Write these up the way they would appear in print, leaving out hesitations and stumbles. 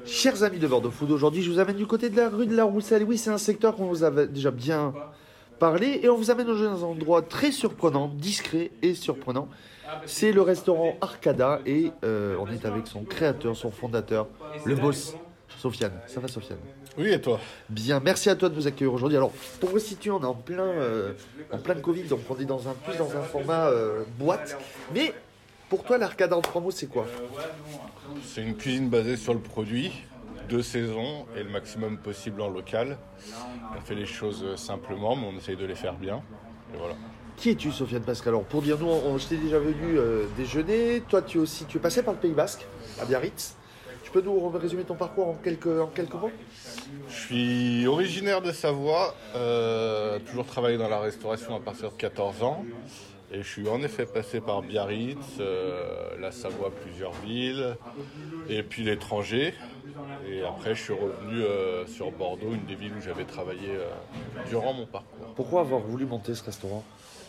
Chers amis de Bordeaux Food, aujourd'hui je vous amène du côté de la rue de la Rousselle. Oui, c'est un secteur qu'on vous avait déjà bien parlé et on vous amène dans un endroit très surprenant, discret et surprenant. C'est le restaurant Arcada et on est avec son créateur, son fondateur, le boss, Sofiane. Ça va Sofiane? Oui, et toi? Bien, merci à toi de nous accueillir aujourd'hui. Alors, pour vous situer, on est en plein Covid, donc on est plus dans un format boîte. Mais pour toi, l'Arcada en 3 mots, c'est quoi? C'est une cuisine basée sur le produit, de saison et le maximum possible en local. On fait les choses simplement, mais on essaye de les faire bien. Et voilà. Qui es-tu, Sofiane Pascal? Alors, pour dire, je t'ai déjà venu déjeuner. Toi, tu es passé par le Pays Basque, à Biarritz. Tu peux nous résumer ton parcours en quelques mots? Je suis originaire de Savoie, toujours travaillé dans la restauration à partir de 14 ans. Et je suis en effet passé par Biarritz, la Savoie, plusieurs villes, et puis l'étranger. Et après, je suis revenu sur Bordeaux, une des villes où j'avais travaillé durant mon parcours. Pourquoi avoir voulu monter ce restaurant?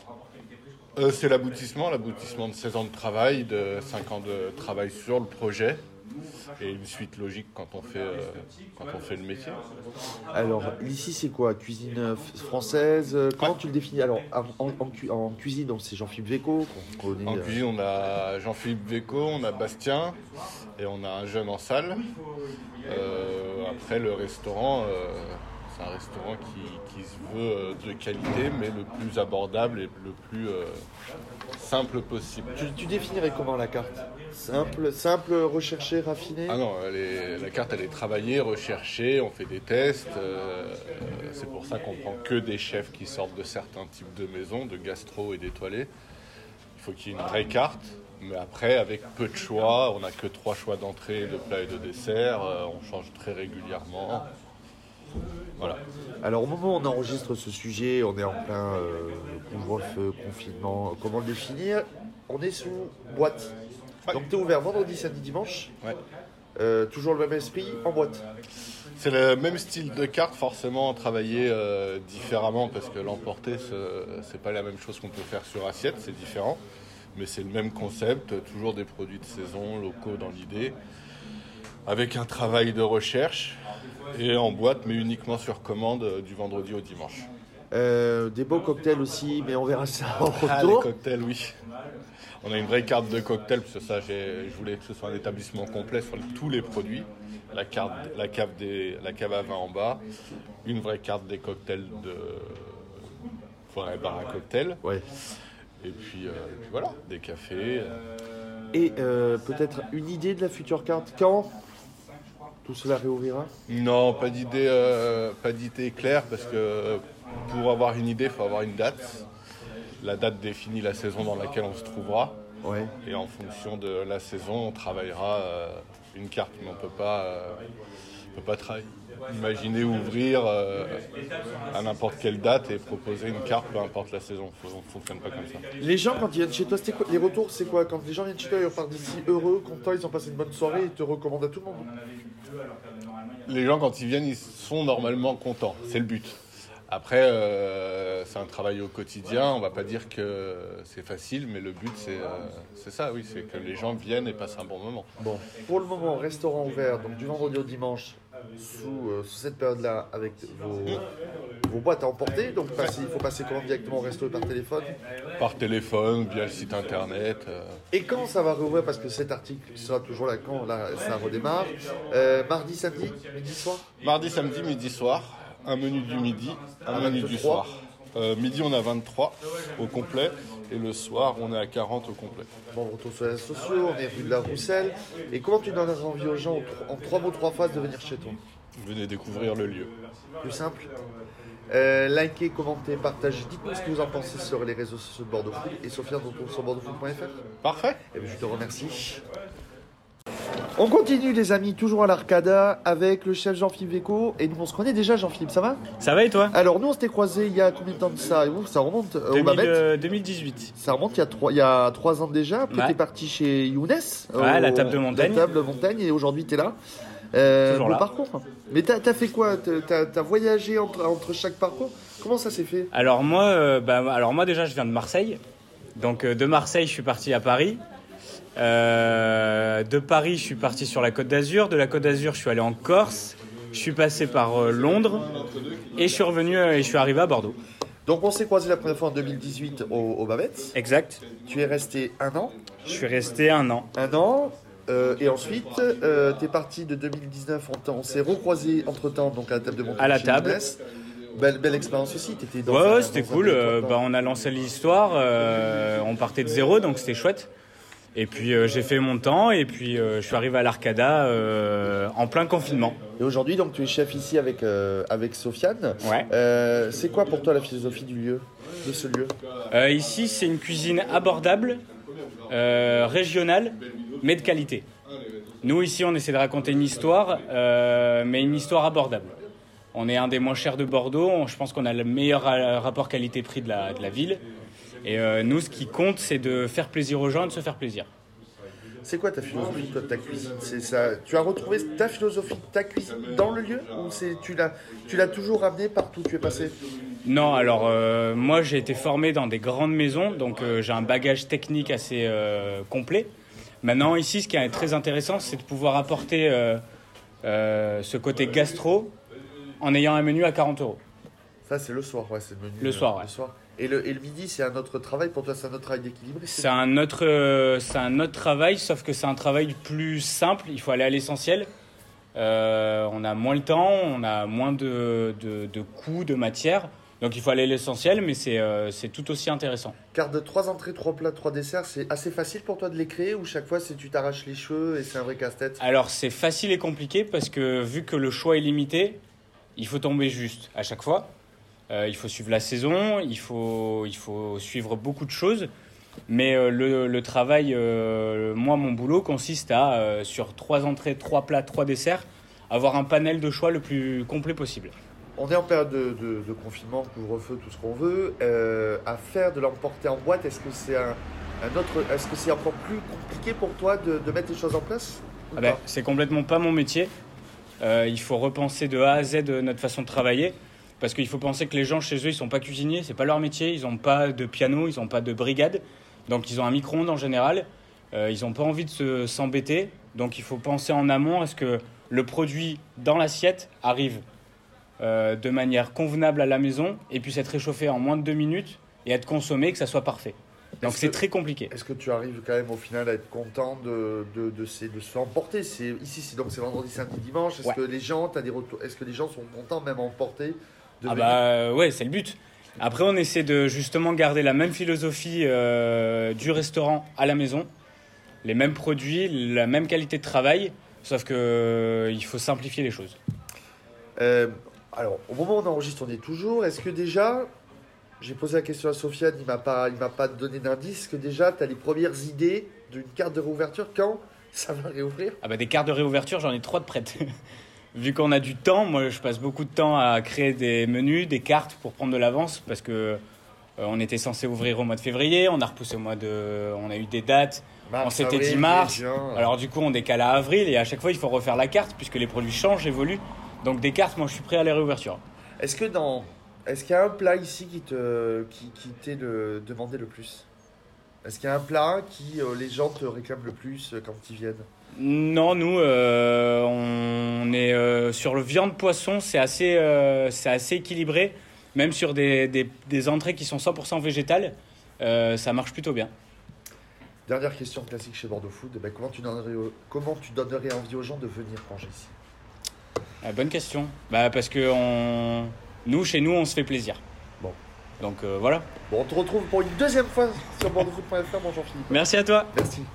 C'est l'aboutissement de 16 ans de travail, de 5 ans de travail sur le projet. Et une suite logique quand on fait le métier. Alors, ici, c'est quoi? Cuisine française? Comment tu le définis? Alors, en cuisine, donc c'est Jean-Philippe Véco qu'on connaît. En cuisine, on a Jean-Philippe Véco, on a Bastien et on a un jeune en salle. Après, le restaurant, c'est un restaurant qui se veut de qualité, mais le plus abordable et le plus simple possible. Tu définirais comment la carte? Simple, recherché, raffiné? Ah non, la carte elle est travaillée, recherchée, on fait des tests. C'est pour ça qu'on prend que des chefs qui sortent de certains types de maisons, de gastro et d'étoilés. Il faut qu'il y ait une vraie carte, mais après avec peu de choix, on n'a que 3 choix d'entrée, de plats et de dessert, on change très régulièrement. Voilà. Alors au moment où on enregistre ce sujet, on est en plein couvre-feu, confinement, comment le définir? On est sous boîte. Ouais. Donc tu es ouvert vendredi, samedi, dimanche. Ouais. Toujours le même esprit, en boîte. C'est le même style de carte, forcément travaillé différemment parce que l'emporter, c'est pas la même chose qu'on peut faire sur assiette, c'est différent. Mais c'est le même concept, toujours des produits de saison, locaux dans l'idée, avec un travail de recherche et en boîte, mais uniquement sur commande du vendredi au dimanche. Des beaux cocktails aussi, mais on verra ça en retour. Ah, les cocktails, oui. On a une vraie carte de cocktail, parce que ça, je voulais que ce soit un établissement complet sur tous les produits. La cave à vin en bas, une vraie carte des cocktails de forêt bar à cocktail. Ouais. Et puis voilà, des cafés. Et peut-être une idée de la future carte, quand tout cela réouvrira? Non, pas d'idée claire, parce que pour avoir une idée, il faut avoir une date. La date définit la saison dans laquelle on se trouvera. Ouais. Et en fonction de la saison, on travaillera une carte. Mais on peut pas imaginer ouvrir à n'importe quelle date et proposer une carte, peu importe la saison. On ne fonctionne pas comme ça. Les gens, quand ils viennent chez toi, les retours, c'est quoi? Quand les gens viennent chez toi, ils repartent d'ici heureux, contents, ils ont passé une bonne soirée, ils te recommandent à tout le monde? Les gens, quand ils viennent, ils sont normalement contents. C'est le but. Après, c'est un travail au quotidien. On ne va pas dire que c'est facile, mais le but, c'est ça, oui. C'est que les gens viennent et passent un bon moment. Bon, pour le moment, restaurant ouvert, donc du vendredi au dimanche, sous cette période-là, avec vos boîtes à emporter. Donc, il faut passer comment directement au resto et par téléphone? Par téléphone, via le site internet. Et quand ça va rouvrir? Parce que cet article sera toujours là quand ça redémarre. Mardi, samedi, midi, soir? Mardi, samedi, midi, soir. Un menu du midi, un menu du soir. Midi, on a 23 au complet. Et le soir, on est à 40 au complet. Bon, on retourne sur les réseaux sociaux, on est rue de la Rousselle. Et comment tu donnes envie aux gens, en 3 mots, 3 phrases, de venir chez toi? Venez découvrir le lieu. Plus simple. Likez, commentez, partagez. Dites-nous ce que vous en pensez sur les réseaux sociaux de Bordeaux Food. Et Sofiane, on retrouve sur bordeauxfood.fr. Parfait. Et bien, je te remercie. On continue les amis, toujours à l'Arcada avec le chef Jean-Philippe Véco. Et nous on se connaît déjà Jean-Philippe, ça va? Ça va et toi? Alors nous on s'était croisés il y a combien de temps de ça? Ça remonte au Babette 2018. Ça remonte il y a 3 ans déjà. Après t'es parti chez Younes. La table de montagne. La table de montagne et aujourd'hui t'es là. Toujours le là. Parcours. Mais t'as fait quoi? T'as voyagé entre chaque parcours? Comment ça s'est fait? Alors moi déjà je viens de Marseille. Donc de Marseille je suis parti à Paris. De Paris, je suis parti sur la Côte d'Azur. De la Côte d'Azur, je suis allé en Corse. Je suis passé par Londres et je suis revenu et je suis arrivé à Bordeaux. Donc on s'est croisé la première fois en 2018 au Babette. Exact. Tu es resté 1 an. Je suis resté 1 an. 1 an. Et ensuite, tu es parti de 2019. On s'est recroisé entre-temps donc à la table de montage. À la table. Belle expérience aussi. T'étais dans Ouais, c'était cool. On a lancé l'histoire. On partait de zéro, donc c'était chouette. Et puis j'ai fait mon temps et puis je suis arrivé à l'Arcada en plein confinement. Et aujourd'hui, donc tu es chef ici avec Sofiane. Ouais. C'est quoi pour toi la philosophie de ce lieu? Ici, c'est une cuisine abordable, régionale, mais de qualité. Nous, ici, on essaie de raconter une histoire, mais une histoire abordable. On est un des moins chers de Bordeaux. Je pense qu'on a le meilleur rapport qualité-prix de la ville. Et nous, ce qui compte, c'est de faire plaisir aux gens et de se faire plaisir. C'est quoi ta philosophie, toi, de ta cuisine? C'est ça. Tu as retrouvé ta philosophie de ta cuisine dans le lieu ou tu l'as toujours ramené partout où tu es passé? Non, alors moi, j'ai été formé dans des grandes maisons, donc j'ai un bagage technique assez complet. Maintenant, ici, ce qui est très intéressant, c'est de pouvoir apporter ce côté gastro en ayant un menu à 40 €. Ça, c'est le soir, ouais, c'est le menu. Le soir, ouais. Le soir. Et le midi, c'est un autre travail pour toi, c'est un autre travail d'équilibre? C'est un autre travail, sauf que c'est un travail plus simple. Il faut aller à l'essentiel. On a moins le temps, on a moins de coûts, de matière. Donc il faut aller à l'essentiel, mais c'est tout aussi intéressant. Carte de 3 entrées, 3 plats, 3 desserts, c'est assez facile pour toi de les créer ou chaque fois tu t'arraches les cheveux et c'est un vrai casse-tête? Alors c'est facile et compliqué parce que vu que le choix est limité, il faut tomber juste à chaque fois. Il faut suivre la saison, il faut suivre beaucoup de choses. Mais le travail, moi, mon boulot consiste à, sur 3 entrées, 3 plats, 3 desserts, avoir un panel de choix le plus complet possible. On est en période de confinement, couvre-feu, tout ce qu'on veut. À faire de l'emporter en boîte, est-ce que c'est encore plus compliqué pour toi de mettre les choses en place? C'est complètement pas mon métier. Il faut repenser de A à Z notre façon de travailler. Parce qu'il faut penser que les gens chez eux, ils sont pas cuisiniers, c'est pas leur métier, ils n'ont pas de piano, ils n'ont pas de brigade, donc ils ont un micro-ondes en général, ils n'ont pas envie de s'embêter, donc il faut penser en amont à ce que le produit dans l'assiette arrive de manière convenable à la maison et puisse être réchauffé en moins de 2 minutes et être consommé, que ça soit parfait. Donc c'est très compliqué. Est-ce que tu arrives quand même au final à être content de se emporter? Ici, c'est vendredi, samedi, dimanche. Est-ce que les gens, t'as des retours? Est-ce que les gens sont contents même à emporter? Ouais, c'est le but. Après, on essaie de justement garder la même philosophie du restaurant à la maison, les mêmes produits, la même qualité de travail, sauf que il faut simplifier les choses. Alors, au moment où on enregistre, on est toujours. Est-ce que déjà, j'ai posé la question à Sofiane, il m'a pas donné d'indice, que déjà, tu as les premières idées d'une carte de réouverture quand ça va réouvrir? Des cartes de réouverture, j'en ai 3 de prêtes. Vu qu'on a du temps, moi je passe beaucoup de temps à créer des menus, des cartes pour prendre de l'avance parce que on était censé ouvrir au mois de février, on a repoussé on a eu des dates, on s'était dit mars, alors du coup on décale à avril et à chaque fois il faut refaire la carte puisque les produits changent, évoluent. Donc des cartes, moi je suis prêt à les réouverture. Est-ce qu'il y a un plat ici qui t'est demandé le plus? Est-ce qu'il y a un plat qui les gens te réclament le plus quand ils viennent? Non, nous, on est sur le viande-poisson, c'est assez équilibré. Même sur des entrées qui sont 100% végétales, ça marche plutôt bien. Dernière question classique chez Bordeaux Food. Comment tu donnerais envie aux gens de venir manger ici? Bonne question. Parce que chez nous, on se fait plaisir. Bon. Donc voilà. Bon, on te retrouve pour une deuxième fois sur bordeauxfood.fr, mon Jean-Philippe. Merci à toi. Merci.